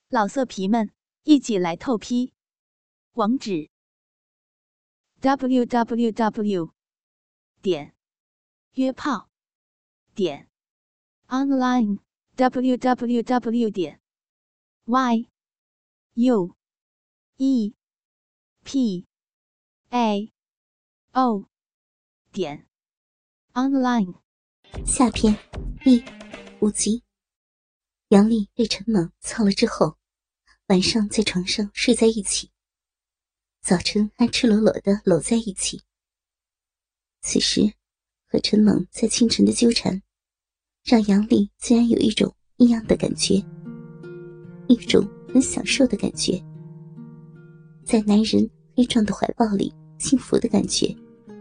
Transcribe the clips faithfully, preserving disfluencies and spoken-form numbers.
老色皮们，一起来透批！网址 ：double u double u double u 点约炮点 online double u double u double u 点 y u e p a o 点 online。 下篇第五集，杨丽被陈猛操了之后，晚上在床上睡在一起，早晨还赤裸裸地搂在一起。此时和陈猛在清晨的纠缠，让杨丽竟然有一种异样的感觉，一种很享受的感觉，在男人黑壮的怀抱里幸福的感觉。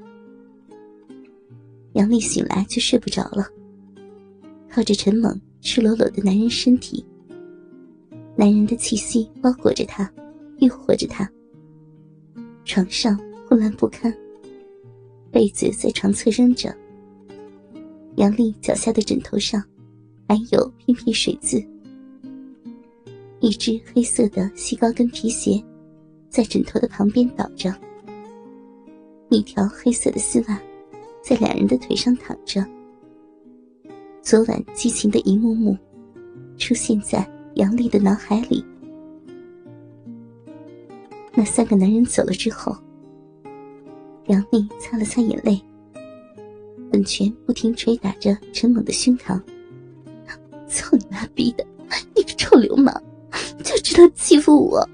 杨丽醒来就睡不着了，靠着陈猛赤裸裸的男人身体，男人的气息包裹着她，诱惑着她。床上混乱不堪，被子在床侧扔着，杨丽脚下的枕头上还有片片水渍，一只黑色的细高跟皮鞋在枕头的旁边倒着，一条黑色的丝袜在两人的腿上躺着。昨晚激情的一幕幕出现在杨丽的脑海里。那三个男人走了之后，杨丽擦了擦眼泪，本拳不停捶打着陈猛的胸膛。操你妈逼的，你个臭流氓，就知道欺负我！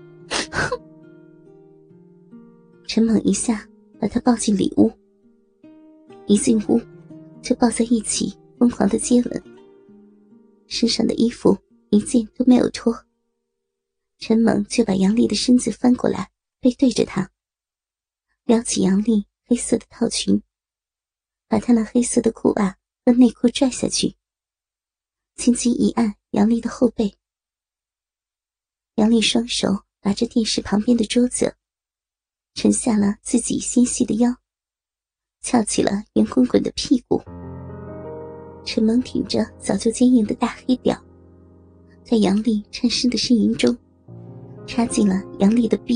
陈猛一下把他抱进里屋，一进屋就抱在一起疯狂的接吻，身上的衣服一件都没有脱。陈猛就把杨丽的身子翻过来背对着她，撩起杨丽黑色的套裙，把她那黑色的裤袜和内裤拽下去，轻轻一按杨丽的后背。杨丽双手把着电视旁边的桌子，沉下了自己纤细的腰，翘起了圆滚滚的屁股。陈猛挺着早就坚硬的大黑屌，在杨丽颤声的呻吟中插进了杨丽的逼。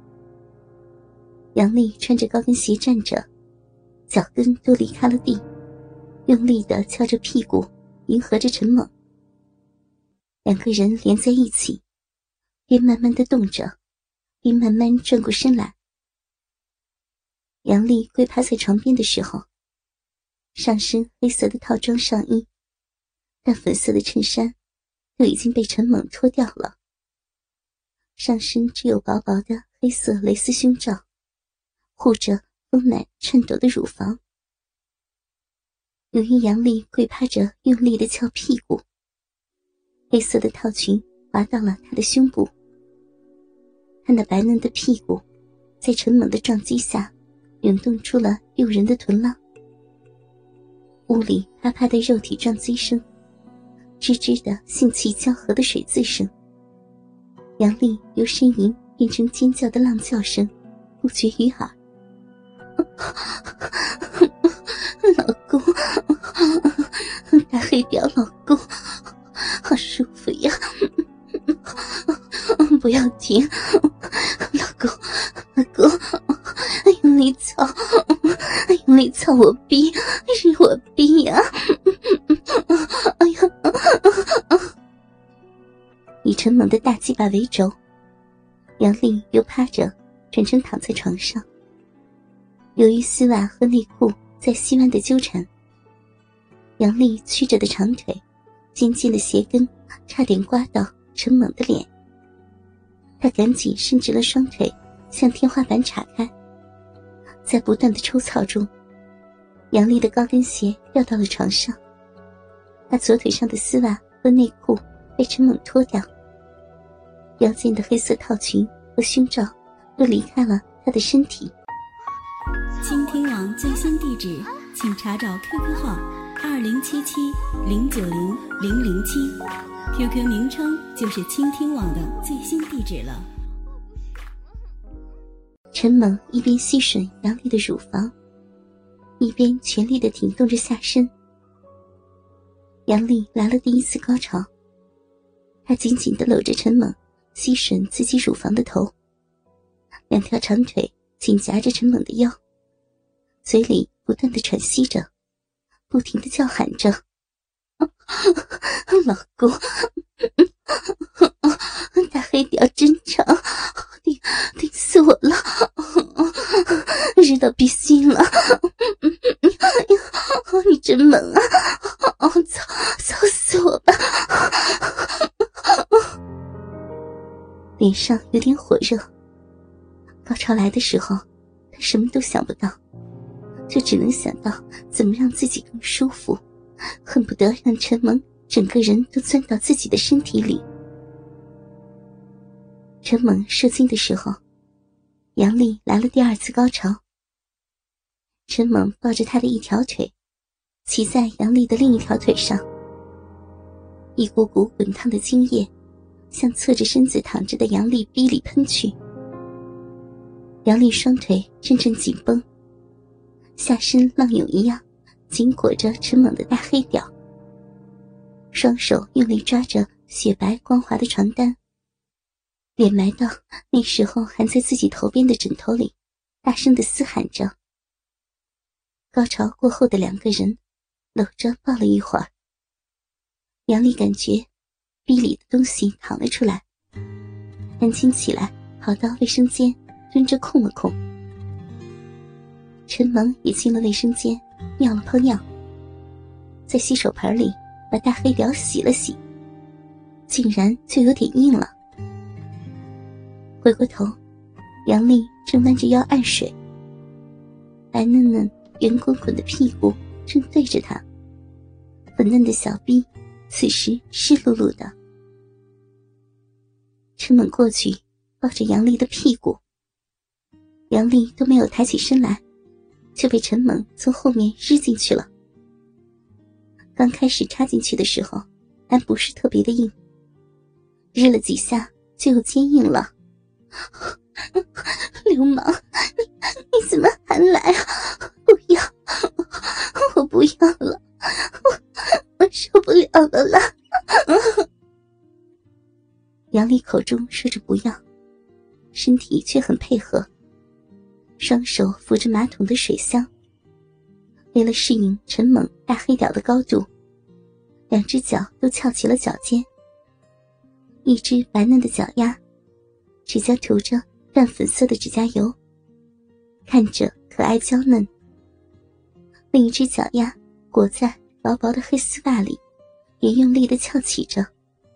杨丽穿着高跟鞋站着，脚跟都离开了地，用力地敲着屁股迎合着陈猛。两个人连在一起，边慢慢地动着，边慢慢转过身来。杨丽跪趴在床边的时候，上身黑色的套装上衣，淡粉色的衬衫都已经被陈猛脱掉了，上身只有薄薄的黑色蕾丝胸罩，护着丰满颤抖的乳房。由于杨丽跪趴着用力地翘屁股，黑色的套裙滑到了她的胸部，她那白嫩的屁股在陈猛的撞击下涌动出了诱人的臀浪。屋里啪啪的肉体撞击声，吱吱的性气交合的水渍声，杨丽由呻吟变成尖叫的浪叫声不绝于耳。老公，大黑屌老公，好舒服呀！不要停，老公，老公，用力操，用力操我逼，是我逼呀！哎呀！以陈猛的大鸡巴为轴，杨丽又趴着转成躺在床上。由于丝袜和内裤在细弯的纠缠，杨丽曲着的长腿，尖尖的鞋跟差点刮到陈猛的脸。他赶紧伸直了双腿，向天花板岔开。在不断的抽操中，杨丽的高跟鞋掉到了床上，她左腿上的丝袜和内裤被陈猛脱掉，腰间的黑色套裙和胸罩都离开了她的身体。 倾听网最新地址，请查找 Q Q 号二零七七零九零零零七 ，Q Q 名称就是倾听网的最新地址了。 陈猛一边吸吮杨丽的乳房，一边全力地挺动着下身。杨丽来了第一次高潮，她紧紧地搂着陈猛吸吮自己乳房的头，两条长腿紧夹着陈猛的腰，嘴里不断地喘息着，不停地叫喊着：老公，大黑屌真长，顶顶死我了，日到必须了，你真猛啊，操操死我吧。脸上有点火热，高潮来的时候他什么都想不到，就只能想到怎么让自己更舒服，恨不得让陈萌整个人都钻到自己的身体里。陈猛射精的时候，杨丽来了第二次高潮。陈猛抱着她的一条腿，骑在杨丽的另一条腿上，一股股滚烫的精液向侧着身子躺着的杨丽逼里喷去。杨丽双腿阵阵紧绷，下身浪涌一样紧裹着陈猛的大黑屌，双手用力抓着雪白光滑的床单，脸埋到那时候还在自己头边的枕头里，大声地嘶喊着。高潮过后的两个人搂着抱了一会儿，杨丽感觉逼里的东西淌了出来，赶紧起来跑到卫生间蹲着控了控。陈萌也进了卫生间尿了泡尿，在洗手盆里把大黑屌洗了洗，竟然就有点硬了。回过头，杨丽正弯着腰按水，白嫩嫩圆滚滚的屁股正对着她，粉嫩的小臂此时湿漉漉的。陈猛过去抱着杨丽的屁股，杨丽都没有抬起身来，就被陈猛从后面日进去了。刚开始插进去的时候还不是特别的硬，日了几下就又坚硬了。流氓，你你怎么还来啊？不要，我不要了，我我受不了了啦！杨丽口中说着不要，身体却很配合，双手扶着马桶的水箱。为了适应陈猛大黑屌的高度，两只脚都翘起了脚尖，一只白嫩的脚丫，指甲涂着淡粉色的指甲油，看着可爱娇嫩。另一只脚丫裹在薄薄的黑丝袜里，也用力地翘起着。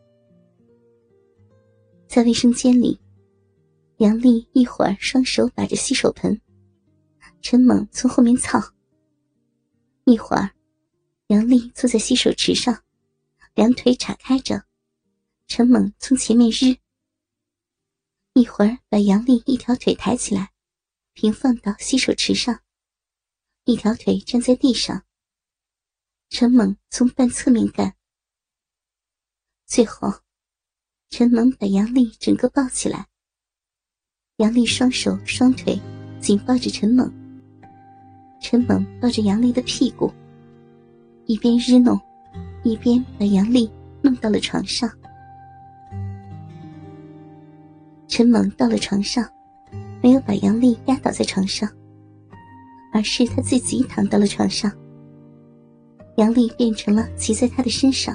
在卫生间里，杨丽一会儿双手把着洗手盆，陈猛从后面操。一会儿，杨丽坐在洗手池上，两腿岔开着，陈猛从前面日。一会儿把杨丽一条腿抬起来，平放到洗手池上，一条腿站在地上，陈猛从半侧面干。最后，陈猛把杨丽整个抱起来，杨丽双手双腿紧抱着陈猛，陈猛抱着杨丽的屁股，一边日弄，一边把杨丽弄到了床上。陈猛到了床上，没有把杨丽压倒在床上，而是他自己躺到了床上，杨丽变成了骑在他的身上。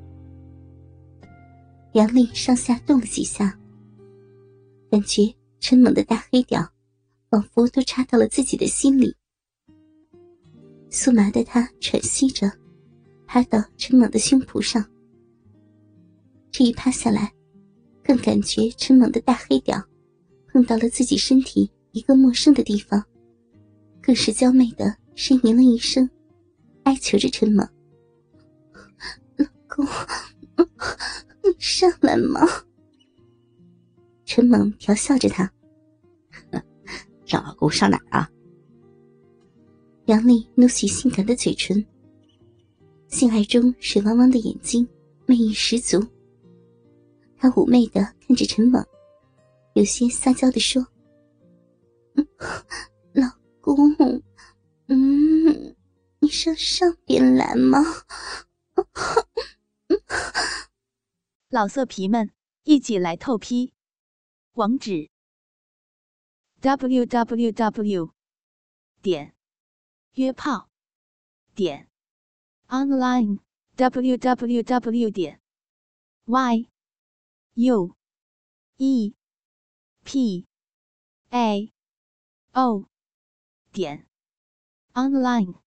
杨丽上下动了几下，感觉陈猛的大黑屌仿佛都插到了自己的心里。酥麻的他喘息着，趴到陈猛的胸脯上。这一趴下来，更感觉陈猛的大黑屌碰到了自己身体一个陌生的地方，更是娇媚的呻吟了一声，哀求着陈猛：老公，你上来吗？陈猛调笑着他： 让老公上哪儿啊？ 杨丽努起性感的嘴唇，性爱中水汪汪的眼睛魅意十足。她妩媚地看着陈猛，有些撒娇地说：嗯，老公，嗯，你上上边来吗？ 老色皮们， 一起来透批。网址 ：double-u double-u double-u 点约炮点 online double-u double-u double-u 点 y u e p a o 点 online。